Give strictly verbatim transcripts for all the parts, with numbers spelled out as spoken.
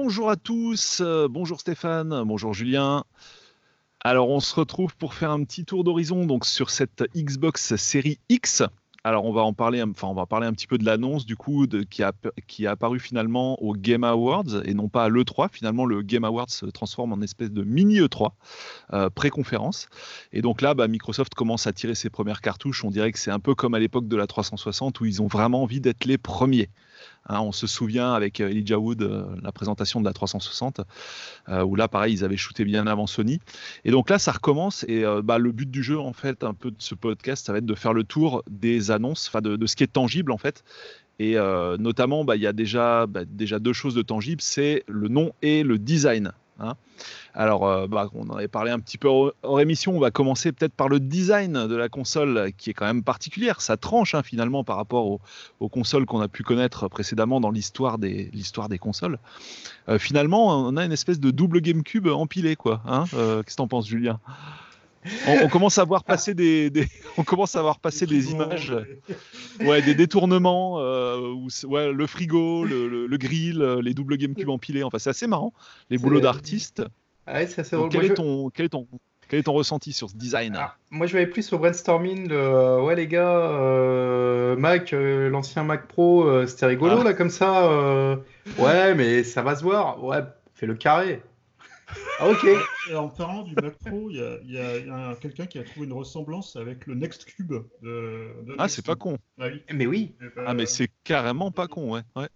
bonjour à tous, euh, bonjour Stéphane, bonjour Julien. Alors on se retrouve pour faire un petit tour d'horizon donc sur cette Xbox Series X. Alors on va en parler, enfin on va parler un petit peu de l'annonce du coup de, qui, a, qui est apparue finalement au Game Awards et non pas à l'E trois. Finalement le Game Awards se transforme en espèce de mini E trois, euh, pré-conférence. Et donc là bah, Microsoft commence à tirer ses premières cartouches. On dirait que c'est un peu comme à l'époque de la trois cent soixante où ils ont vraiment envie d'être les premiers. Hein, on se souvient avec Elijah Wood, euh, la présentation de la trois cent soixante, euh, où là, pareil, ils avaient shooté bien avant Sony. Et donc là, ça recommence. Et euh, bah, le but du jeu, en fait, un peu de ce podcast, ça va être de faire le tour des annonces, enfin de, de ce qui est tangible, en fait. Et euh, notamment, bah, il y a déjà, bah, déjà deux choses de tangibles, c'est le nom et le design. Hein. Alors, euh, bah, on en avait parlé un petit peu hors, hors émission. On va commencer peut-être par le design de la console, qui est quand même particulière. Ça tranche hein, finalement par rapport aux, aux consoles qu'on a pu connaître précédemment dans l'histoire des, l'histoire des consoles. Euh, finalement, on a une espèce de double GameCube empilé, quoi. Hein euh, qu'est-ce que t'en penses, Julien? On, on commence à voir passer des, des on commence à voir passer des images, ouais, des détournements, euh, où ouais, le frigo, le, le, le grill, les doubles GameCube empilés. Enfin, c'est assez marrant, les boulots C'est... d'artistes. Ah ouais, c'est assez Donc, drôle. Moi quel est je... ton, quel est ton, quel est ton ressenti sur ce design? Alors, moi, je vais aller plus au brainstorming. Le... euh, Ouais, les gars, euh, Mac, euh, l'ancien Mac Pro, euh, c'était rigolo Ah, là, comme ça. euh, Ouais, mais ça va se voir. Ouais, fais le carré. Ah, ok. Ouais, et en parlant du Mac Pro, il y a, il y a- il y a un- quelqu'un qui a trouvé une ressemblance avec le Next Cube de, de ah, c'est Next. pas con. Ah oui. Mais oui. Et, Ah, mais ben, c'est carrément pas con, ouais. ouais.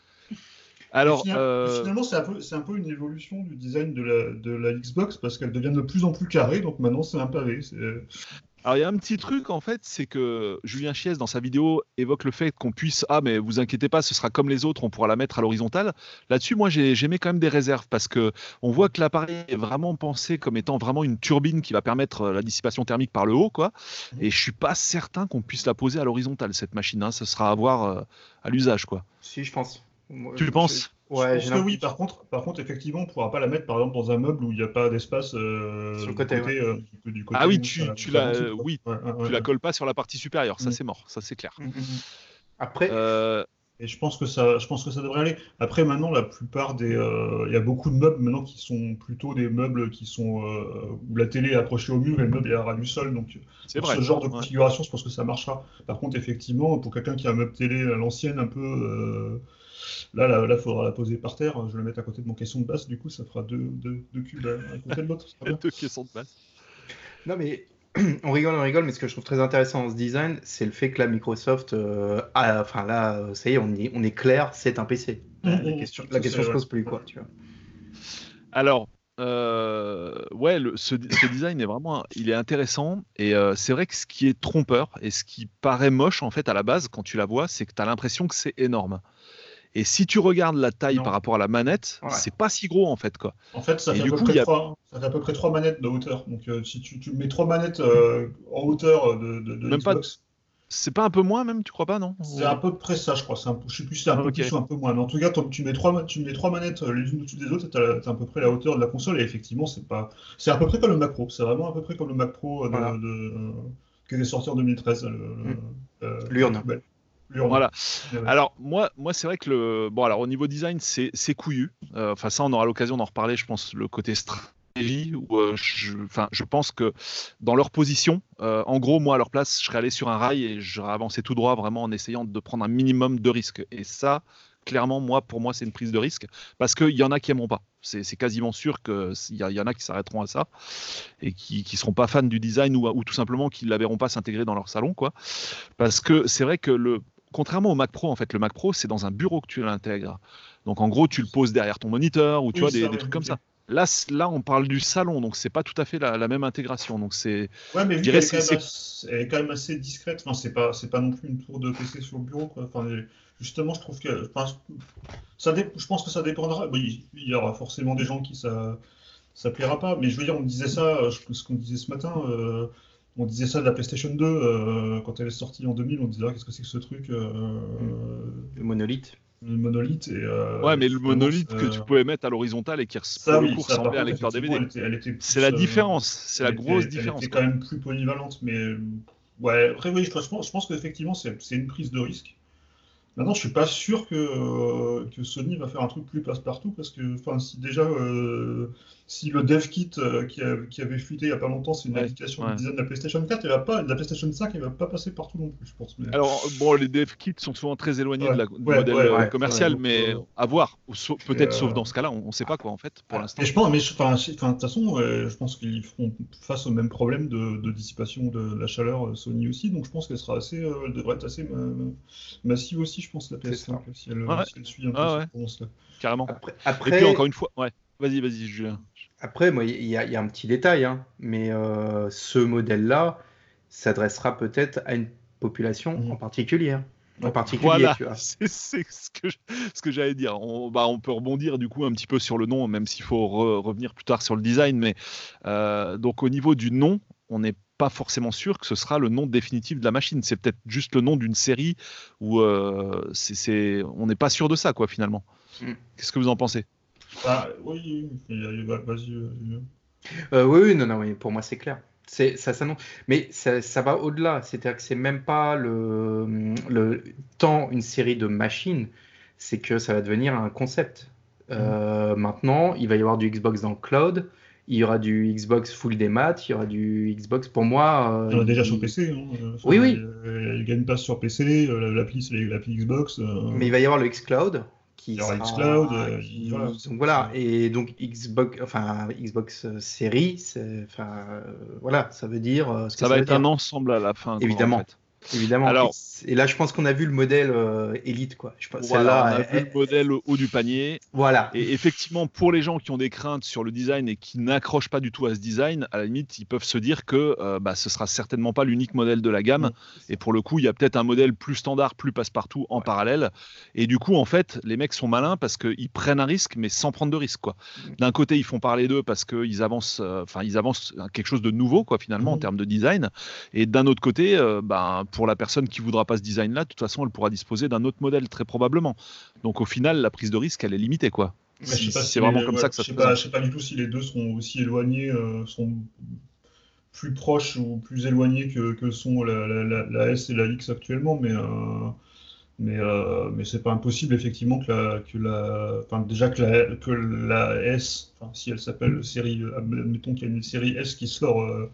et Alors, fina- et euh, finalement, c'est un peu, c'est un peu une évolution du design de la, de la Xbox parce qu'elle devient de plus en plus carrée, donc maintenant c'est un pavé. c'est- Alors, il y a un petit truc, en fait, c'est que Julien Chiez, dans sa vidéo, évoque le fait qu'on puisse. Ah, mais vous inquiétez pas, ce sera comme les autres, on pourra la mettre à l'horizontale. Là-dessus, moi, j'ai, j'ai mis quand même des réserves parce que on voit que l'appareil est vraiment pensé comme étant vraiment une turbine qui va permettre euh, la dissipation thermique par le haut, quoi. Et je suis pas certain qu'on puisse la poser à l'horizontale, cette machine. Hein. Ce sera à voir euh, à l'usage, quoi. Si, je pense. Moi, Tu je- penses? Je Ouais, j'ai pense que oui. l'impression. Par contre, par contre, effectivement, on ne pourra pas la mettre par exemple dans un meuble où il n'y a pas d'espace Sur euh, le du côté, ouais. côté, euh, du, du Ah côté oui, où tu, ça, tu ça la, ventile, euh, quoi. oui, Ouais, ouais, tu ouais, la ouais. colles pas sur la partie supérieure. Ça, Mm. c'est mort. Ça, c'est clair. Mm, mm, mm. Après, Euh, Et je pense que ça, je pense que ça devrait aller. Après, maintenant, la plupart des, euh, il y a beaucoup de meubles maintenant qui sont plutôt des meubles qui sont euh, où la télé est accrochée au mur et le meuble est à ras du sol. Donc, c'est pour ce vrai. genre de Ouais. configuration, je pense que ça marchera. Par contre, effectivement, pour quelqu'un qui a un meuble télé à l'ancienne, un peu, euh, là, là, là, faudra la poser par terre. Je vais la mettre à côté de mon caisson de basse. Du coup, ça fera deux, deux, deux cubes à, à côté de l'autre. Ce sera bien. Deux caissons de base. non mais on rigole, on rigole, mais ce que je trouve très intéressant dans ce design, c'est le fait que là, Microsoft, euh, a- enfin là, euh, ça y est, on, y- on est clair, c'est un P C. La, Hum, la hum, question, la ça, question c'est, se ouais. pose plus, quoi, tu vois. Alors, euh, ouais, le- ce, ce design est vraiment, il est intéressant et euh, c'est vrai que ce qui est trompeur et ce qui paraît moche en fait à la base quand tu la vois, c'est que tu as l'impression que c'est énorme. Et si tu regardes la taille par Non. rapport à la manette, Ouais. c'est pas si gros en fait quoi. En fait, ça Et fait à du peu coup, près il y a, trois, ça fait à peu près trois manettes de hauteur. Donc, euh, si tu, tu mets trois manettes euh, en hauteur de, de, de même pas, Xbox, c'est pas un peu moins même, tu crois pas non? c'est à Ou- peu près ça, je crois. C'est un peu- je sais plus si c'est un peu Ok. plus ou un peu moins. Mais en tout cas, toi, tu mets trois, ma- tu mets trois manettes euh, les unes au-dessus des autres, tu as, à peu près la hauteur de la console. Et effectivement, c'est pas, c'est à peu près comme le Mac Pro. C'est vraiment à peu près comme le Mac Pro euh, Voilà. de, de, euh, qui est sorti en deux mille treize, le, Mm. le- euh, la L'urne. poubelle. L'urne. Voilà. Ouais, ouais. Alors moi, moi c'est vrai que le bon alors au niveau design c'est c'est couillu. Euh, Enfin ça on aura l'occasion d'en reparler. Je pense le côté stratégie où euh, je, enfin je pense que dans leur position, euh, en gros moi à leur place je serais allé sur un rail et j'aurais avancé tout droit vraiment en essayant de prendre un minimum de risques. Et ça clairement moi pour moi c'est une prise de risque parce qu'il y en a qui aimeront pas. C'est c'est quasiment sûr que il y, y en a qui s'arrêteront à ça et qui qui seront pas fans du design ou, ou tout simplement qui la verront pas s'intégrer dans leur salon quoi. Parce que c'est vrai que le contrairement au Mac Pro, en fait, le Mac Pro, c'est dans un bureau que tu l'intègres. Donc, en gros, tu le poses derrière ton moniteur ou tu Oui, vois, des, ça, des ouais, trucs comme ok. ça. Là, c- là, on parle du salon, donc c'est pas tout à fait la, la même intégration. Donc, c'est, Ouais, mais je vu dirais, qu'elle est quand c'est, même c'est- assez, elle est quand même assez discrète, enfin, c'est pas, c'est pas non plus une tour de P C sur le bureau, quoi. Enfin, et justement, je trouve que, enfin, ça dé- je pense que ça dépendra. Oui, il y aura forcément des gens qui ça, ça plaira pas, mais je veux dire, on disait ça, euh, je- ce qu'on disait ce matin, euh, on disait ça de la PlayStation deux euh, quand elle est sortie en deux mille, on disait ah, qu'est-ce que c'est que ce truc, euh, Mm. Le monolithe. le monolithe, et, euh, ouais, et mais le finalement, monolithe que tu ça, pouvais mettre à l'horizontale et qui, res- ça, pour le oui, coup, ça, par ressemblait à un contre, lecteur effectivement, elle D V D. était, elle était C'est plus, la euh, différence, c'est la elle grosse était, elle différence, était quoi. quand même plus polyvalente, mais ouais, après oui, je pense, je pense qu'effectivement c'est c'est une prise de risque. Maintenant, je suis pas sûr que, euh, que Sony va faire un truc plus passe-partout parce que, enfin, si déjà, euh, si le dev kit euh, qui, a- qui avait fuité il y a pas longtemps, c'est une Ouais, application du ouais. design de la PlayStation quatre, elle va pas, de la PlayStation cinq, elle va pas passer partout non plus, je pense. Mais... Alors, bon, les dev kits sont souvent très éloignés Ouais, de la- du ouais, modèle ouais, euh, ouais. Ouais, c'est vrai. commercial, Donc, mais euh, à voir. Ou sau- et, peut-être, sauf euh, dans ce cas-là, on ne sait pas quoi, en fait, pour ah, l'instant. et je pense, mais je- enfin, je- enfin, de toute façon, euh, je pense qu'ils feront face au même problème de, de dissipation de la chaleur euh, Sony aussi, donc je pense qu'elle sera assez, euh, elle devrait être assez ma- massive aussi, je pense, la C'est P S cinq, ça. si elle, Ouais, si elle suit un peu ouais, cette ouais, tendance-là. carrément. Après, Et puis, encore après, une fois, ouais, vas-y, vas-y, Julien. après, moi, il y, a il y a un petit détail, hein, mais euh, ce modèle-là s'adressera peut-être à une population en Mhm. particulier. En Ouais. particulier, Voilà, tu vois. c'est c'est ce que, je- ce que j'allais dire. On, bah, on peut rebondir du coup un petit peu sur le nom, même s'il faut re- revenir plus tard sur le design. Mais euh, donc au niveau du nom, on n'est pas forcément sûr que ce sera le nom définitif de la machine. C'est peut-être juste le nom d'une série où euh, c'est, c'est- on n'est pas sûr de ça, quoi, finalement. Mm. Qu'est-ce que vous en pensez? Ah, oui, il y a- il y a- vas-y. euh, Euh, oui, oui, non, non, oui, pour moi, c'est clair. C'est, ça s'annonce. Mais ça, ça va au-delà. C'est-à-dire que c'est même pas le, le tant une série de machines, c'est que ça va devenir un concept. Euh, maintenant, il va y avoir du Xbox dans le cloud, il y aura du Xbox full des maths, il y aura du Xbox. Pour moi, Il euh, y en a déjà sur il- P C. Hein. euh, oui, Enfin, il y oui, a, il y a le Game Pass sur P C, euh, la- l'appli, c'est l'appli Xbox. mais euh, il va y avoir le xCloud il qui y aura xCloud. sera, euh, il- voilà, qui, c'est- donc c'est- voilà, et donc Xbox, enfin Xbox euh, série, c'est, enfin euh, voilà, ça veut dire euh, ce que Ça ça va veut être un dire. ensemble à la fin, quoi, en Évidemment, fait. évidemment. Et, Alors, c- et là, je pense qu'on a vu le modèle euh, Elite, quoi. Je pense, voilà, on celle-là, a elle- vu le elle- modèle au haut du panier. voilà. Et effectivement, pour les gens qui ont des craintes sur le design et qui n'accrochent pas du tout à ce design, à la limite, ils peuvent se dire que euh, bah, ce sera certainement pas l'unique modèle de la gamme. Mm. Et pour le coup, il y a peut-être un modèle plus standard, plus passe-partout en Ouais. parallèle. Et du coup, en fait, les mecs sont malins parce qu'ils prennent un risque, mais sans prendre de risque, quoi. Mm. D'un côté, ils font parler d'eux parce qu'ils avancent, euh, enfin, ils avancent quelque chose de nouveau, quoi, finalement, en Mhm. termes de design. Et d'un autre côté, euh, ben, pour la personne qui voudra pas ce design-là, de toute façon, elle pourra disposer d'un autre modèle, très probablement. Donc, au final, la prise de risque, elle est limitée, quoi. Ouais, je Si, sais pas si si c'est vraiment les- comme ouais, ça que je ça se sais pas, présente. je sais pas du tout si les deux seront aussi éloignés, euh, sont plus proches ou plus éloignés que, que sont la, la- la- la S et la X actuellement, mais euh, mais euh, mais c'est pas impossible effectivement que la que la, enfin déjà que la que la S, enfin si elle s'appelle série, euh, admettons qu'il y a une série S qui sort, euh,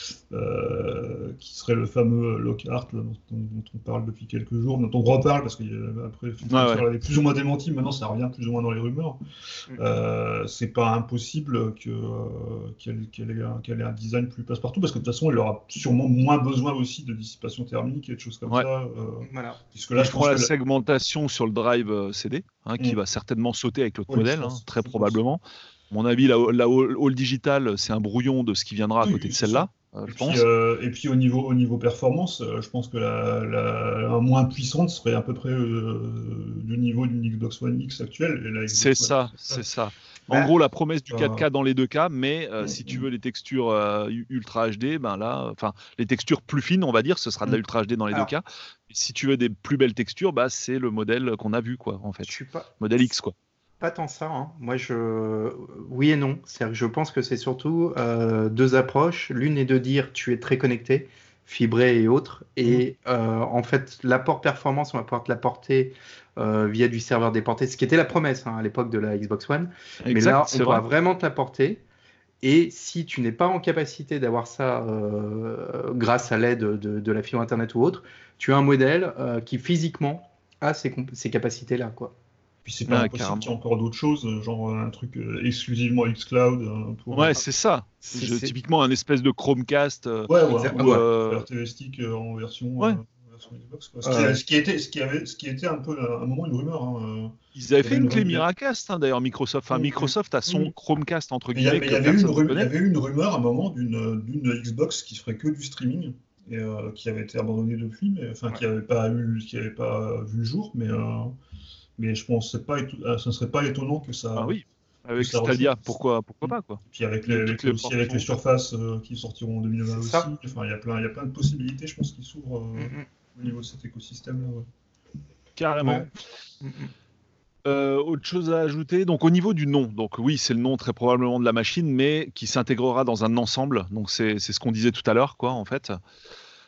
euh, qui serait le fameux Lockhart là, dont, dont on parle depuis quelques jours, dont on reparle parce qu'après Ouais, ouais. elle est plus ou moins démentie, maintenant ça revient plus ou moins dans les rumeurs. Mm. Euh, c'est pas impossible que, euh, qu'elle, qu'elle ait un, qu'elle ait un design plus passe-partout, parce que de toute façon, elle aura sûrement moins besoin aussi de dissipation thermique et de choses comme Ouais. ça. euh, Voilà. puisque là, Ils je feront pense la que. la- segmentation sur le drive euh, C D, hein, qui Mm. va certainement sauter avec l'autre Oui, je modèle, hein, pense, très je pense. probablement. À mon avis, la, la All All Digital, c'est un brouillon de ce qui viendra à Oui, côté oui, de c'est celle-là, sûr. euh, Et je puis, pense. euh, et puis au niveau, au niveau performance, euh, je pense que la, la, la moins puissante serait à peu près euh, du niveau d'une Xbox One X actuelle. Et la C'est Xbox One ça, X c'est actuelle, ça. En Bah, gros, la promesse du euh, quatre K dans les deux cas, mais euh, si tu mm, veux les textures euh, u- Ultra H D, ben là, enfin, les textures plus fines, on va dire, ce sera de la mm. Ultra H D dans les deux alors, cas. Et si tu veux des plus belles textures, bah, c'est le modèle qu'on a vu, quoi, en je fait. suis pas, Modèle X, quoi. pas tant ça, hein. Moi, je, oui et non. C'est-à-dire que je pense que c'est surtout euh, deux approches. L'une est de dire tu es très connecté, fibré et autres, et euh, en fait, l'apport performance, on va pouvoir te l'apporter euh, via du serveur déporté, ce qui était la promesse hein, à l'époque de la Xbox One. Mais Exact, là, on c'est pourra vrai. vraiment te l'apporter. Et si tu n'es pas en capacité d'avoir ça euh, grâce à l'aide de, de la fibre Internet ou autre, tu as un modèle euh, qui physiquement a ces, comp- ces capacités-là, quoi. Puis c'est pas Ouais, impossible qu'il y ait carrément. encore d'autres choses, euh, genre euh, un truc euh, exclusivement xCloud euh, pour. euh, Ouais, c'est ça. C'est, Je- c'est... typiquement, un espèce de Chromecast euh, Ouais, ouais, Exact... un ou ouais. euh, Fire T V Stick euh, en version, euh, ouais, en version Xbox, quoi. Ce qui, Ouais. ce qui était, ce qui avait, ce qui était un peu à un moment une rumeur. Hein, euh, ils avaient il y fait avait une une clé rumeur. Miracast, hein, d'ailleurs, Microsoft. Enfin, Mm, mm, Microsoft a son mm. Chromecast, entre Mais il y, a- guillemets, mais il que y avait eu une, personne ne ru- il y connaît. avait eu une rumeur à un moment d'une d'une Xbox qui ferait que du streaming et euh, qui avait été abandonnée depuis, mais enfin Ouais. qui avait pas eu, qui avait pas vu le jour, mais euh, mais je pense pas, éto- euh, ce ne serait pas étonnant que Ah ça oui, que avec ça rejoue. Stadia, pourquoi, pourquoi Mm. pas, quoi. Puis avec Il y les, a avec toutes les- les aussi portes avec les sont- surfaces euh, qui sortiront en deux mille vingt C'est aussi. ça. Enfin, il y a plein, il y a plein de possibilités, je pense, qui s'ouvrent euh, Mm, mm. au niveau de cet écosystème-là. Ouais. Carrément. Ouais. Mm, mm. Euh, autre chose à ajouter, donc au niveau du nom, donc oui, c'est le nom très probablement de la machine, mais qui s'intégrera dans un ensemble. Donc c'est c'est ce qu'on disait tout à l'heure, quoi, en fait.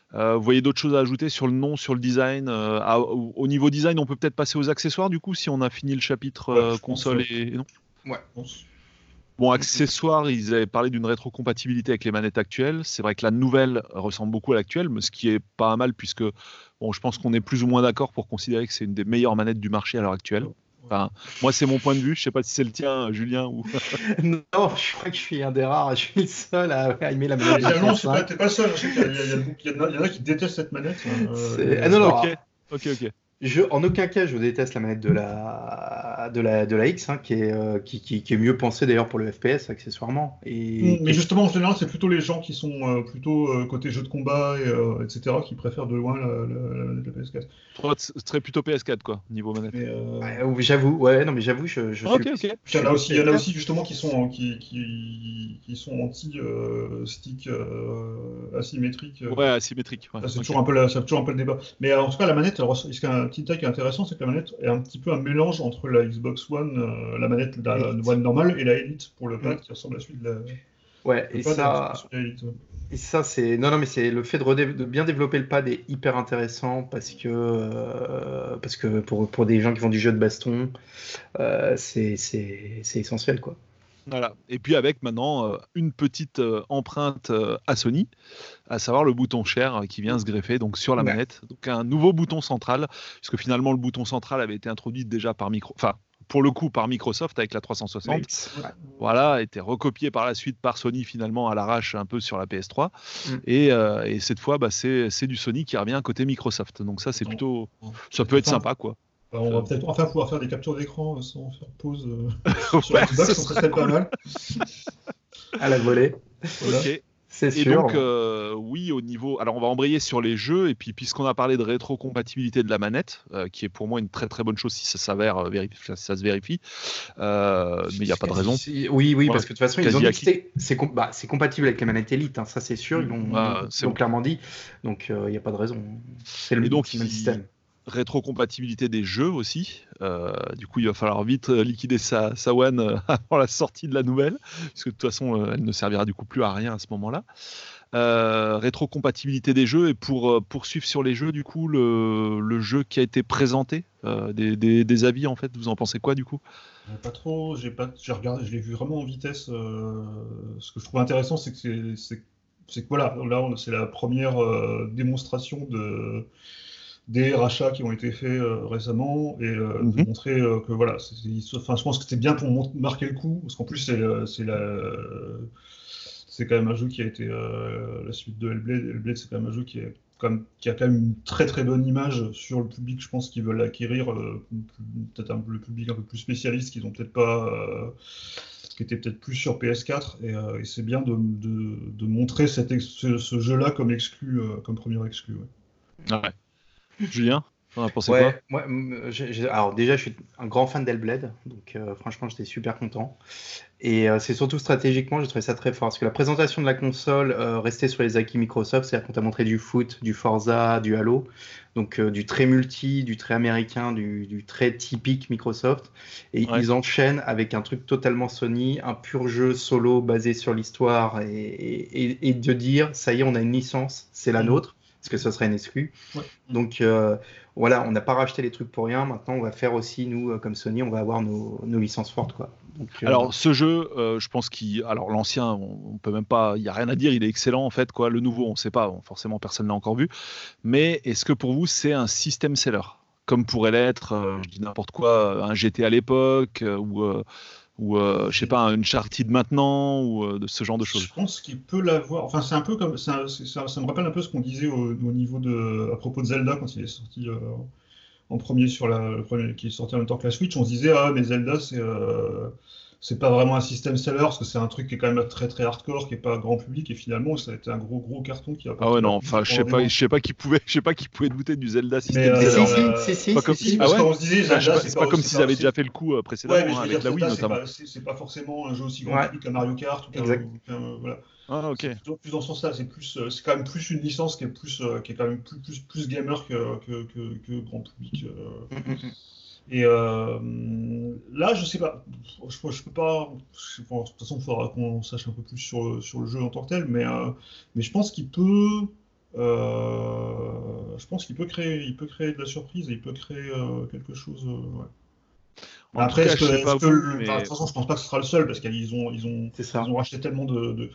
Euh, vous voyez d'autres choses à ajouter sur le nom, sur le design euh, à- au, au niveau design, on peut peut-être passer aux accessoires du coup, si on a fini le chapitre Ouais, euh, je pense, console ouais. et, et non. Ouais. Je pense. Bon, accessoires, ils avaient parlé d'une rétrocompatibilité avec les manettes actuelles. C'est vrai que la nouvelle ressemble beaucoup à l'actuelle, mais ce qui est pas mal puisque bon, je pense qu'on est plus ou moins d'accord pour considérer que c'est une des meilleures manettes du marché à l'heure actuelle. Enfin, moi, c'est mon point de vue. Je sais pas si c'est le tien, Julien. Ou... Non, je crois que je suis un des rares. Je suis le seul à, à aimer la Et manette de finalement, P S c'est pas, cinq. t'es pas le seul. Je sais qu'il y, a- il y a- il y a beaucoup- il y en a il y en a qui détestent cette manette. euh, C'est- et, Ah non, non, Ok, ah, ok, ok. je, en aucun cas, je déteste la manette de la, de la, de la X, hein, qui est, euh, qui, qui, qui est mieux pensée d'ailleurs pour le F P S, accessoirement. Et qui Mais est- justement, en général, c'est plutôt les gens qui sont euh, plutôt euh, côté jeu de combat, et, euh, et cetera, qui préfèrent de loin la, la, la manette de la P S quatre. Toi, ce serait plutôt P S quatre, quoi, niveau manette. Mais, euh, Ouais, oui, j'avoue, ouais, non, mais j'avoue, je, je Ok, suis. ok. je il y en suis a plus aussi, il y en a P S quatre. aussi justement qui sont qui, qui, qui sont anti euh, stick euh, asymétrique. euh. Ouais, asymétrique. Ouais, Ça, c'est ok. toujours un peu la- c'est toujours un peu le débat. Mais euh, en tout cas, la manette, alors, ce qui est un petit détail qui est intéressant, c'est que la manette est un petit peu un mélange entre la Xbox One, euh, la manette la, la Elite. One normale, et la Elite pour le pad, Mm. qui ressemble à celui de la, Ouais, le et pad est un petit peu ça, sur la Elite. Ouais. et ça c'est. Non, non, mais c'est le fait de, redé- de bien développer le pad est hyper intéressant parce que, euh, parce que pour, pour des gens qui font du jeu de baston, euh, c'est c'est- c'est essentiel, quoi. Voilà. Et puis avec maintenant euh, une petite euh, empreinte euh, à Sony, à savoir le bouton Share euh, qui vient se greffer donc sur la Ouais. manette. Donc un nouveau bouton central, puisque finalement le bouton central avait été introduit déjà par micro, enfin pour le coup par Microsoft avec la trois cent soixante. Late. Ouais. Ouais. Voilà, a été recopié par la suite par Sony finalement à l'arrache un peu sur la P S trois. Mm. Et, euh, et cette fois, bah, c'est c'est du Sony qui revient côté Microsoft. Donc ça, c'est Attends. plutôt, ça peut être Enfin, sympa, quoi. bah, on va peut-être enfin pouvoir faire des captures d'écran euh, sans faire pause euh, sur Ouais, Xbox, ce ça serait serait pas cool. mal. À la volée, Voilà. Ok. c'est Et sûr. donc, euh, oui, au niveau. Alors, on va embrayer sur les jeux. Et puis, puisqu'on a parlé de rétrocompatibilité de la manette, euh, qui est pour moi une très très bonne chose si ça s'avère euh, vérifi- si ça se vérifie, euh, mais il n'y a pas de raison. Si- Oui, oui, Ouais, parce que de toute façon, ils quasi ont dit que acquis. c'était- c'est com- bah, c'est compatible avec la manette Elite, hein, ça c'est sûr, ils l'ont Ah, ils c'est l'ont bon. clairement dit. Donc il n'y a pas de raison. C'est le, Et donc, c'est le même il- système. rétrocompatibilité des jeux aussi. Euh, du coup, il va falloir vite euh, liquider sa, sa One euh, avant la sortie de la nouvelle, puisque de toute façon, euh, elle ne servira du coup plus à rien à ce moment-là. Euh, rétrocompatibilité des jeux, et pour euh, poursuivre sur les jeux, du coup, le, le jeu qui a été présenté, euh, des, des- des avis en fait, vous en pensez quoi du coup? Euh, Pas trop, j'ai pas, j'ai regardé, je l'ai vu vraiment en vitesse. euh, ce que je trouve intéressant, c'est que c'est, c'est, c'est que voilà, là, on- c'est la première euh, démonstration de des rachats qui ont été faits euh, récemment et euh, de Mhm. montrer euh, que voilà, c'est, c'est- enfin, je pense que c'était bien pour mon- marquer le coup, parce qu'en plus c'est, euh, c'est la, c'est quand même un jeu qui a été euh, la suite de Hellblade. Hellblade, c'est quand même un jeu qui est comme, qui a quand même une très très bonne image sur le public, je pense, qu'ils veulent acquérir, euh, peut-être un, le public un peu plus spécialiste, qu'ils ont peut-être pas, euh, qui était peut-être plus sur P S quatre, et, euh, et c'est bien de, de, de montrer cet ex- ce, ce jeu-là comme exclu, euh, comme premier exclu. Ouais. Ouais. Julien, t'en as pensé quoi? Ouais, moi, mm, j'ai- j'ai- alors déjà, je suis un grand fan d'Hellblade, donc euh, franchement, j'étais super content. Et euh, c'est surtout stratégiquement, j'ai trouvé ça très fort, parce que la présentation de la console euh, restait sur les acquis Microsoft, c'est-à-dire qu'on t'a montré du foot, du Forza, du Halo, donc euh, du très multi, du très américain, du, du très typique Microsoft. Et Ouais. ils enchaînent avec un truc totalement Sony, un pur jeu solo basé sur l'histoire, et, et- et de dire, ça y est, on a une licence, c'est la Mhm. nôtre, parce que ce serait une exclue. Ouais. Donc euh, voilà, on n'a pas racheté les trucs pour rien. Maintenant, on va faire aussi, nous, euh, comme Sony, on va avoir nos, nos licences fortes, quoi. Donc, euh, Alors ce jeu, euh, je pense qu'il, alors l'ancien, on, on peut même pas, il y a rien à dire, il est excellent en fait quoi. Le nouveau, on sait pas, bon, forcément personne l'a encore vu. Mais est-ce que pour vous c'est un système seller, comme pourrait l'être, euh, je dis n'importe quoi, un G T à l'époque euh, ou euh, ou euh, je sais pas, un Uncharted maintenant ou euh, de ce genre de choses. Je pense qu'il peut l'avoir. Enfin, c'est un peu comme ça, ça, ça me rappelle un peu ce qu'on disait au, au niveau de à propos de Zelda quand il est sorti euh, en premier sur la le premier qui est sorti en même temps que la Switch. On se disait ah mais Zelda c'est euh, c'est pas vraiment un système seller parce que c'est un truc qui est quand même très très hardcore, qui est pas grand public, et finalement ça a été un gros gros carton qui a Ah ouais apporté non, leur enfin public je sais pendant des pas, mois. je sais pas qui pouvait, je sais pas qui pouvait douter du Zelda Mais système euh, Mais si, seller. si, si, si, Pas si, comme- si, si, si. parce Ah ouais qu'on se disait Ah, Zelda je sais pas- c'est c'est pas pas comme c'est s'ils pas avaient c'est- déjà fait le coup euh, Ouais, précédemment mais je hein, veux avec dire, la Wii Zelda, c'est notamment. pas, c'est c'est pas forcément un jeu aussi grand Ouais, public qu'un Mario Kart ou qu'un, exact. ou qu'un- voilà. Ah ok. C'est plutôt plus dans ce sens-là. C'est plus, euh, c'est quand même plus une licence qui est plus, euh, qui est quand même plus, plus, plus gamer que, que, que, que grand public. euh. Mm, mm, mm. Et euh, là, je sais pas. Je, je peux pas. Je, bon, de toute façon, il faudra qu'on sache un peu plus sur, sur le jeu en tant que tel, mais, euh, mais je pense qu'il peut euh, je pense qu'il peut créer, il peut créer de la surprise et il peut créer euh, quelque chose. euh, ouais. En Après, tout cas, est-ce que, je sais est-ce pas que vous, le- enfin, de mais toute façon, je pense pas que ce sera le seul parce qu'ils ont, ils ont, C'est ils ça. ont racheté tellement de, de,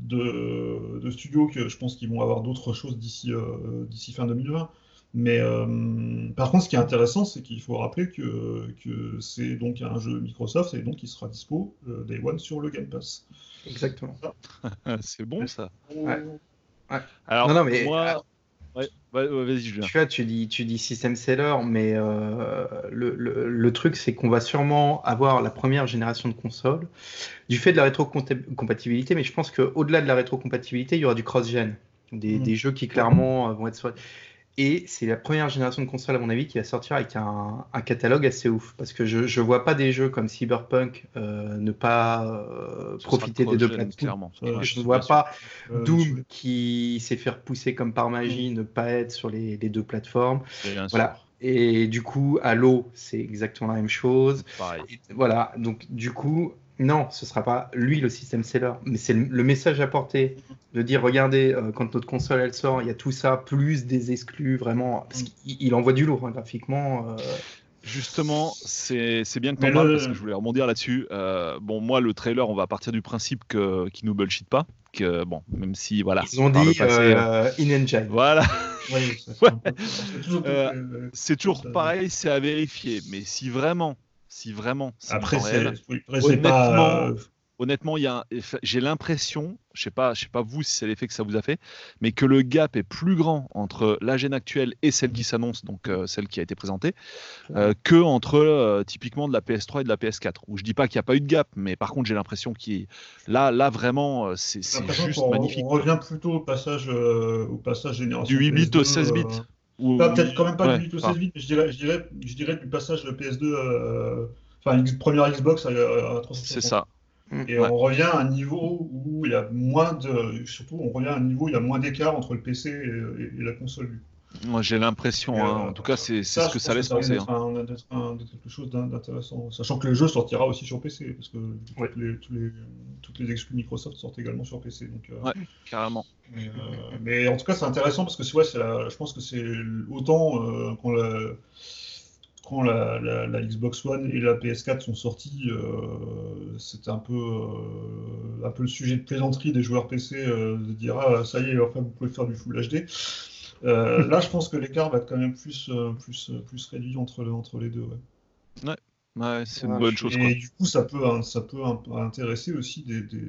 de, de studios que je pense qu'ils vont avoir d'autres choses d'ici euh, d'ici fin deux mille vingt. Mais euh, par contre, ce qui est intéressant, c'est qu'il faut rappeler que, que c'est donc un jeu Microsoft et donc il sera dispo euh, Day One sur le Game Pass. Exactement. c'est bon ça. Ouais. Ouais. Alors Non, non, mais ah, moi, ouais, ouais, ouais, vas-y Julien. tu vois, tu dis, tu dis system seller, mais euh, le, le, le truc, c'est qu'on va sûrement avoir la première génération de consoles du fait de la rétrocompatibilité, mais je pense qu'au-delà de la rétrocompatibilité, il y aura du cross-gen. Des, Mm. des jeux qui clairement euh, vont être sur... Et c'est la première génération de consoles, à mon avis, qui va sortir avec un, un catalogue assez ouf. Parce que je ne vois pas des jeux comme Cyberpunk euh, ne pas euh, Ce sera profiter des deux cross-gen, plateformes. clairement. Euh, Ouais, Je ne bien vois sûr. pas Euh, Doom sur les- qui s'est fait repousser comme par magie ne pas être sur les, les deux plateformes. Bien Voilà. sûr. Et du coup, Halo, c'est exactement la même chose. Pareil. Et voilà. Donc, du coup, non, ce sera pas lui le système seller, mais c'est le, le message apporté de dire regardez, euh, quand notre console elle sort, il y a tout ça, plus des exclus, vraiment. Parce qu'il il envoie du lourd hein, graphiquement. euh, Justement, c'est c'est bien que tu Mais en parles parce que le, je voulais rebondir là-dessus. Euh, bon, moi, le trailer, on va partir du principe que qu'il nous bullshit pas. Que, bon, même si, voilà, Ils ont par le dit passé, euh, euh, in-engine. voilà, oui, ça, c'est ouais, un peu- c'est toujours euh, euh, c'est toujours ça- pareil, c'est à vérifier. Mais si vraiment, si vraiment, c'est du Après, temps réel, c'est oui, après, c'est pas. honnêtement, euh, honnêtement, il y a, un- j'ai l'impression, je sais pas, je sais pas vous si c'est l'effet que ça vous a fait, mais que le gap est plus grand entre la gêne actuelle et celle qui s'annonce, donc euh, celle qui a été présentée, euh, que entre euh, typiquement de la P S trois et de la P S quatre. Où je dis pas qu'il n'y a pas eu de gap, mais par contre j'ai l'impression qu'il là, là vraiment, euh, c'est J'ai c'est l'impression juste qu'on on magnifique, quoi. revient plutôt au passage, euh, au passage Du génération huit bits P S deux. au seize bits. euh, Ou pas, peut-être quand même pas du ouais, huit au enfin, seize bits, mais je dirais, je dirais, je dirais du passage de P S deux, euh, enfin, une première Xbox à, à c'est trois cent soixante. ça. Mm. Et Ouais. on revient à un niveau où il y a moins de. Surtout, on revient à un niveau où il y a moins d'écart entre le P C et, et- et la console. Moi j'ai Et, l'impression, hein, euh, en tout cas c'est c'est ça, ce je que ça pense que laisse ça risque penser. d'être Hein. un, d'être un- d'être quelque chose d'in- d'intéressant. Sachant que le jeu sortira aussi sur P C, parce que Ouais. toutes les, tous les, toutes les exclus Microsoft sortent également sur P C. Donc, euh, Ouais, carrément. mais, euh, mais en tout cas, c'est intéressant parce que c'est ouais, c'est la- je pense que c'est autant euh, quand, la, quand la, la- la Xbox One et la P S quatre sont sorties, euh, c'était un peu, euh, un peu le sujet de plaisanterie des joueurs P C euh, de dire ah ça y est, enfin vous pouvez faire du Full H D. Euh, là, je pense que l'écart va être quand même plus, euh, plus, euh, plus réduit entre, entre les deux. Ouais. Ouais, ouais, c'est une Ouais, bonne je chose, suis- quoi. Et du coup, ça peut, hein, ça peut un- intéresser aussi des, des,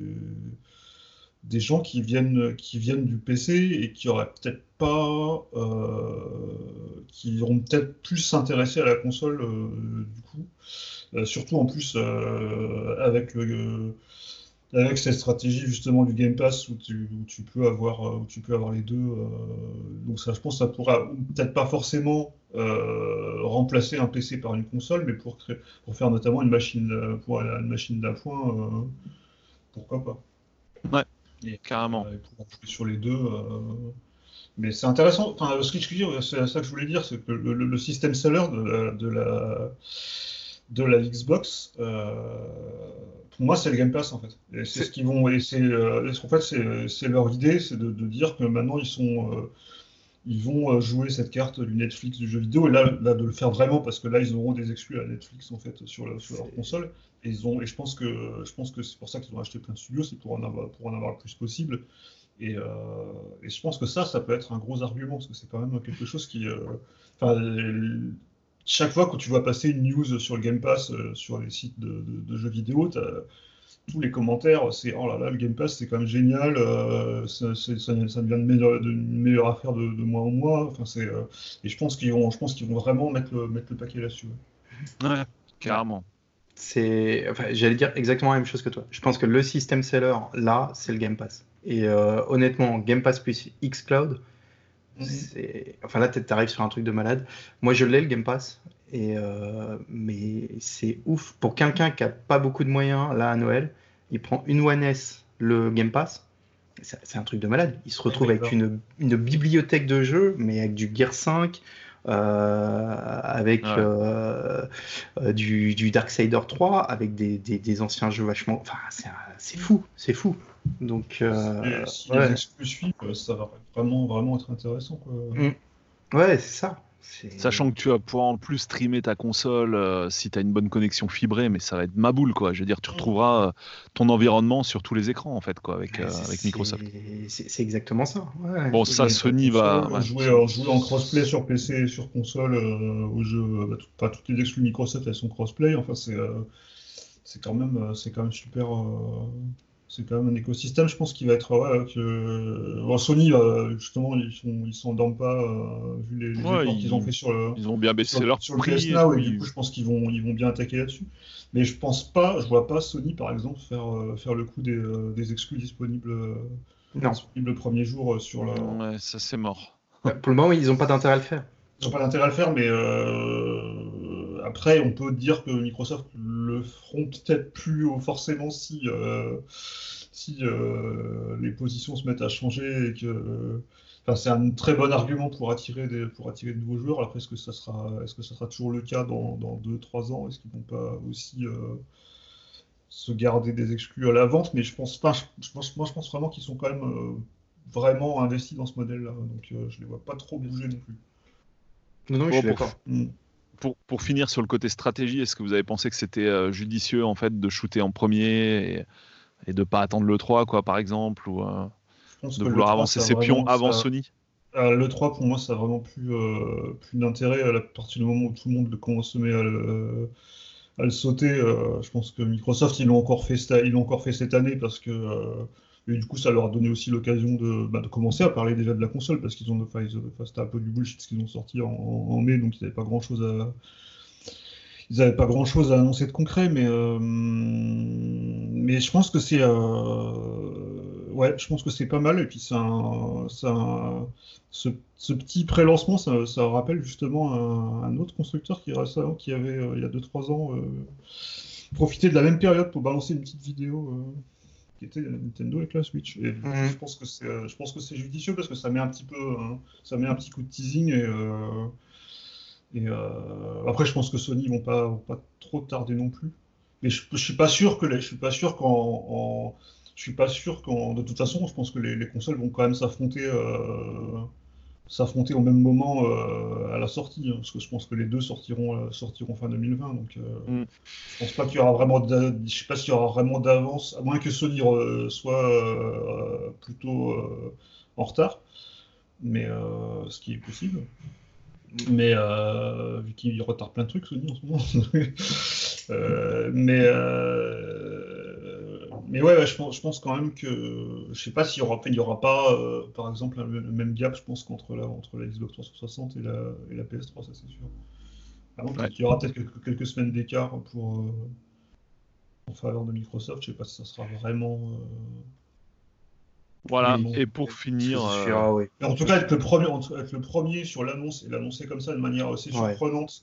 des gens qui viennent, qui viennent du P C et qui auraient peut-être pas, euh, qui auront peut-être plus s'intéresser à la console euh, du coup. Euh, surtout en plus euh, avec le, avec cette stratégie justement du Game Pass où tu, où tu peux avoir, euh, où tu peux avoir les deux. euh, donc ça, je pense que ça pourra peut-être pas forcément euh, remplacer un P C par une console, mais pour créer, pour faire notamment une machine, euh, pour une machine d'appoint, euh, pourquoi pas. Ouais, Et, carrément. euh, et pouvoir jouer sur les deux. euh, Mais c'est intéressant. Enfin, ce que je veux dire, c'est ça que je voulais dire, c'est que le, le- le système seller de la, de la, de la Xbox, euh, pour moi, c'est le Game Pass en fait. Et c'est ce c'est- qu'ils vont, et c'est, euh, en fait, c'est, c'est leur idée, c'est de, de dire que maintenant ils sont, euh, ils vont euh, jouer cette carte du Netflix du jeu vidéo, et là, là, de le faire vraiment, parce que là, ils auront des exclus à Netflix en fait sur, la- sur leur c'est- console. Et ils ont, et je pense que, je pense que c'est pour ça qu'ils ont acheté plein de studios, c'est pour en avoir, pour en avoir le plus possible. Et, euh, et je pense que ça, ça peut être un gros argument, parce que c'est quand même quelque chose qui... euh, enfin, euh, chaque fois que tu vois passer une news sur le Game Pass, euh, sur les sites de, de- de jeux vidéo, t'as tous les commentaires, c'est « Oh là là, le Game Pass, c'est quand même génial, euh, ça, c'est- ça- ça devient une meilleure, de- une meilleure affaire de, de mois en mois. » Enfin, c'est, euh, et je pense qu'ils vont, je pense qu'ils vont vraiment mettre le, mettre le paquet là-dessus. Ouais. Ouais, carrément. c'est, enfin, j'allais dire exactement la même chose que toi. Je pense que le système seller, là, c'est le Game Pass. Et euh, honnêtement, Game Pass plus xCloud, Mhm. c'est... Enfin là, tu arrives sur un truc de malade. Moi, je l'ai, le Game Pass. Et euh, mais c'est ouf. Pour quelqu'un qui a pas beaucoup de moyens, là, à Noël, il prend une One S, le Game Pass. C'est c'est un truc de malade. Il se retrouve avec d'accord. une, une bibliothèque de jeux, mais avec du Gear cinq, euh, avec Ouais. euh, euh, du, du Darksider trois, avec des, des, des anciens jeux vachement. Enfin, c'est un- c'est fou, c'est fou. Donc, euh, si ouais. les exclus suivent, ça va vraiment, vraiment être intéressant, quoi. Mm. Ouais, c'est ça. C'est... Sachant que tu vas pouvoir en plus streamer ta console euh, si tu as une bonne connexion fibrée, mais ça va être ma boule, quoi. Je veux dire, tu retrouveras euh, ton environnement sur tous les écrans, en fait, quoi, avec, euh, c'est, avec Microsoft. C'est, c'est exactement ça. Ouais. Bon, ça, Sony va... Ouais. Jouer, euh, jouer en crossplay sur P C et sur console, euh, aux jeux, bah, tout, pas toutes les exclus Microsoft, elles sont crossplay. Enfin, c'est, euh, c'est quand même, c'est quand même super. Euh, c'est quand même un écosystème, je pense, qui va être. Ouais, que... bon, Sony, euh, justement, ils sont, ils s'endorment pas, euh, vu les, les Ouais, efforts ils, qu'ils ont fait sur le, ils ont bien baissé sur, leur sur le prix. P S Et Now, et puis... du coup, je pense qu'ils vont, ils vont bien attaquer là-dessus. Mais je pense pas, je vois pas Sony, par exemple, faire, euh, faire le coup des, euh, des exclus disponibles, euh, Non. disponibles le premier jour euh, sur la. Ouais, ça, c'est mort. Pour le moment, ils n'ont pas d'intérêt à le faire. Ils n'ont pas d'intérêt à le faire, mais euh, après, on peut dire que Microsoft le feront peut-être plus forcément si, euh, si euh, les positions se mettent à changer et que. Enfin, c'est un très bon argument pour attirer des, pour attirer de nouveaux joueurs. Après, est-ce que ça sera, est-ce que ça sera toujours le cas dans, dans deux trois ans? Est-ce qu'ils vont pas aussi euh, se garder des exclus à la vente? Mais je pense pas. Je, je pense, moi, je pense vraiment qu'ils sont quand même euh, vraiment investis dans ce modèle-là. Donc, euh, je les vois pas trop bouger non plus. Non, non, Bon, je suis pour, d'accord. Mm. pour, pour finir sur le côté stratégie, est-ce que vous avez pensé que c'était euh, judicieux, en fait, de shooter en premier et, et de pas attendre le trois, quoi, par exemple, ou euh, Je pense de que vouloir l'E trois, avancer ça a ses pions vraiment, avant ça, Sony? euh, l'E trois, pour moi, ça a vraiment plus, euh, plus d'intérêt à la partir du moment où tout le monde commence à se met à le, à le sauter. Euh, je pense que Microsoft, ils l'ont encore fait, cette- ils l'ont encore fait cette année parce que, euh, et du coup, ça leur a donné aussi l'occasion de, bah, de commencer à parler déjà de la console parce qu'ils ont, enfin, ils- enfin, c'était un peu du bullshit ce qu'ils ont sorti en, en mai, donc ils n'avaient pas grand-chose à, ils n'avaient pas grand-chose à annoncer de concret, mais, euh, mais je pense que c'est, euh, ouais, je pense que c'est pas mal. Et puis c'est un, c'est un- ce, ce petit pré-lancement, ça, ça rappelle justement un, un autre constructeur qui récemment, qui avait euh, il y a deux trois ans euh, profité de la même période pour balancer une petite vidéo. Euh, qui était Nintendo avec la Switch. Et du coup, Mhm. je pense que c'est, euh, je pense que c'est judicieux parce que ça met un petit peu, hein, ça met un petit coup de teasing et, euh, et euh, après, je pense que Sony vont pas, vont pas trop tarder non plus. Mais je, je suis pas sûr que les, je suis pas sûr qu'en, en- je suis pas sûr qu'en, de toute façon, je pense que les, les consoles vont quand même s'affronter, euh, s'affronter au même moment euh, à la sortie, hein, parce que je pense que les deux sortiront, euh, sortiront fin deux mille vingt. Donc, euh, Mm. je pense pas qu'il y aura vraiment, d'a- je sais pas s'il y aura vraiment d'avance, à moins que Sony euh, soit euh, plutôt euh, en retard, mais euh, ce qui est possible. Mais euh, vu qu'il retarde plein de trucs, Sony en ce moment. Euh, mais, euh, mais ouais, ouais, je pense, je pense quand même que. Je sais pas s'il y aura, il y aura pas, euh, par exemple, le, le même gap, je pense, qu'entre la, entre la Xbox trois cent soixante et la, et la P S trois, ça c'est sûr. Par contre, Ouais. il y aura peut-être quelques, quelques semaines d'écart pour, euh, en faveur de Microsoft. Je sais pas si ça sera vraiment. euh, Voilà. vraiment... Et pour Je finir, suis, euh, ah, oui. Mais en tout cas, être le premier, être le premier sur l'annonce et l'annoncer comme ça de manière assez Ouais. surprenante.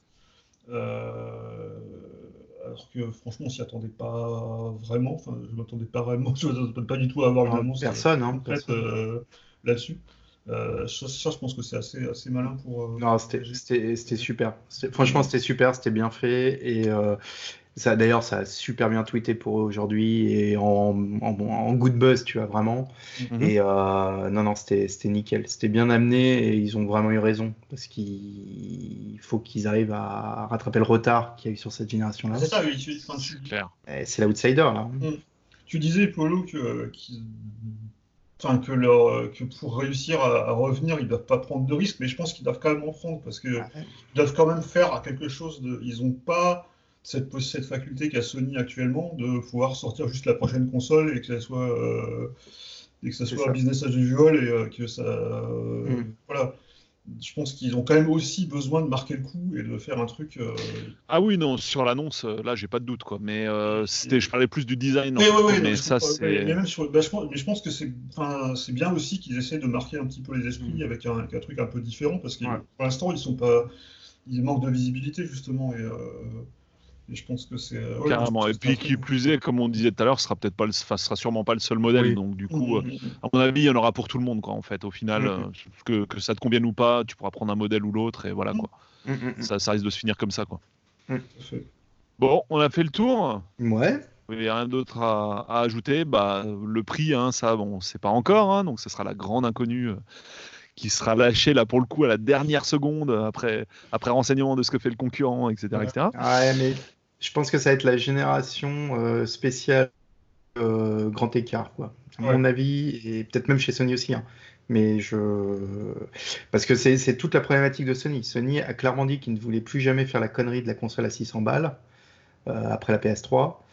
Euh, alors que franchement, on s'y attendait pas vraiment. Enfin, je m'attendais pas vraiment. Je m'attendais pas du tout à avoir une Non, annonce euh, personne, hein, concrète personne. euh, là-dessus. Euh, ça, ça, je pense que c'est assez, assez malin pour. euh, Non, pour c'était, protéger. c'était, c'était super. C'était- franchement, c'était super, c'était bien fait. Et euh, ça, d'ailleurs, ça a super bien tweeté pour eux aujourd'hui et en, en, en good buzz, tu vois, vraiment. mhm. Et euh, non, non, c'était, c'était nickel. C'était bien amené et ils ont vraiment eu raison parce qu'il faut qu'ils arrivent à rattraper le retard qu'il y a eu sur cette Ah, génération-là. c'est ça, oui. Tu, enfin, tu, C'est clair. Et c'est l'outsider, là. hmm. Tu disais, Polo, que, qu'ils- enfin, que, leur, que pour réussir à, à revenir, ils doivent pas prendre de risques, mais je pense qu'ils doivent quand même en prendre parce que Ouais. ils doivent quand même faire quelque chose de. Ils n'ont pas cette, cette faculté qu'a Sony actuellement de pouvoir sortir juste la prochaine console et que ça soit, euh, et que ça C'est soit ça. business as usual et euh, que ça. euh, Mm. voilà. Je pense qu'ils ont quand même aussi besoin de marquer le coup et de faire un truc. euh, Ah oui, non, sur l'annonce, euh, là, j'ai pas de doute, quoi. Mais euh, c'était, je parlais plus du design, en Oui, fait, oui, quoi. oui, non, mais Mais je ça, comprends. Mais, c'est... mais même sur, bah, je pense, mais je pense que c'est, enfin, c'est bien aussi qu'ils essaient de marquer un petit peu les esprits Mm. avec un, avec un truc un peu différent parce que Ouais. pour l'instant ils sont pas, ils manquent de visibilité justement et, euh, et je pense que c'est, euh, ouais, non, je pense Carrément. que Et c'est un puis, très qui bon. plus est, comme on disait tout à l'heure, ce sera peut-être pas, le... enfin, ce sera sûrement pas le seul modèle. Oui. Donc, du Mm, coup, euh, mm, mm, à mon avis, il y en aura pour tout le monde, quoi, en fait. Au final, Mm, euh, que, que ça te convienne ou pas, tu pourras prendre un modèle ou l'autre, et voilà, mm. quoi. Mm, mm, Ça, ça risque de se finir comme ça, quoi. mm, Tout à fait. Bon, on a fait le tour. mm. Ouais. Vous n'avez rien d'autre à, à ajouter. Bah, le prix, hein, ça, bon, c'est pas encore, hein, donc ce sera la grande inconnue euh, qui sera lâchée là pour le coup à la dernière seconde après, après renseignement de ce que fait le concurrent, et cetera, Ouais. et cetera. Ouais, mais je pense que ça va être la génération euh, spéciale euh, grand écart, quoi. À Ouais. mon avis, et peut-être même chez Sony aussi. Hein. Mais je. Parce que c'est c'est toute la problématique de Sony. Sony a clairement dit qu'il ne voulait plus jamais faire la connerie de la console à six cents balles euh, après la P S trois.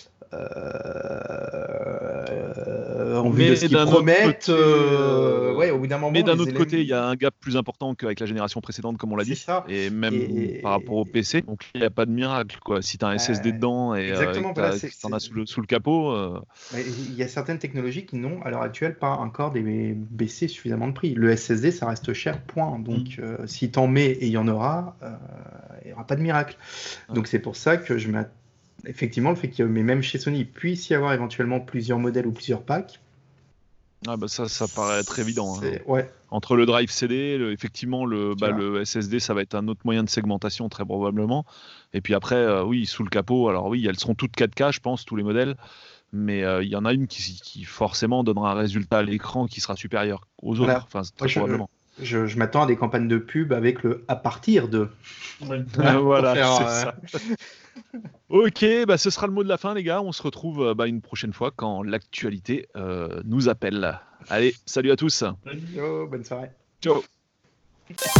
Euh, en vue Mais de ce qu'ils d'un autre promettent, côté, euh, euh, ouais, au bout d'un moment, mais d'un les autre éléments- côté, il y a un gap plus important qu'avec la génération précédente, comme on l'a C'est dit, ça. et même Et- par rapport au P C. Donc il n'y a pas de miracle, quoi. Si tu as un S S D Euh, dedans et, euh, exactement, et que voilà, t'as- c'est- que t'en as c'est- sous le, sous le capot, euh, Mais il y a certaines technologies qui n'ont à l'heure actuelle pas encore des baissé suffisamment de prix. Le S S D, ça reste cher, point. Donc, Mm. euh, si t'en mets et il y en aura, euh, il n'y aura pas de miracle. Ouais. Donc, c'est pour ça que je m'att- effectivement, le fait qu'il y ait, mais même chez Sony, il puisse y avoir éventuellement plusieurs modèles ou plusieurs packs. ah bah ça, ça paraît être évident. Hein. C'est- Ouais, Entre le drive C D, le- effectivement, le, bah, vois. le S S D, ça va être un autre moyen de segmentation, très probablement. Et puis après, euh, oui, sous le capot, alors oui, elles seront toutes quatre K, je pense, tous les modèles. Mais euh, il y en a une qui, qui forcément donnera un résultat à l'écran qui sera supérieur aux Voilà. autres, enfin, Moi, très je, probablement. je- je m'attends à des campagnes de pub avec le à partir de. Ouais. Voilà, pour Voilà, faire, c'est euh, ça. Ok, bah, ce sera le mot de la fin, les gars. On se retrouve euh, bah, une prochaine fois quand l'actualité euh, nous appelle. Allez, salut à tous. Salut. Yo, bonne soirée. Ciao.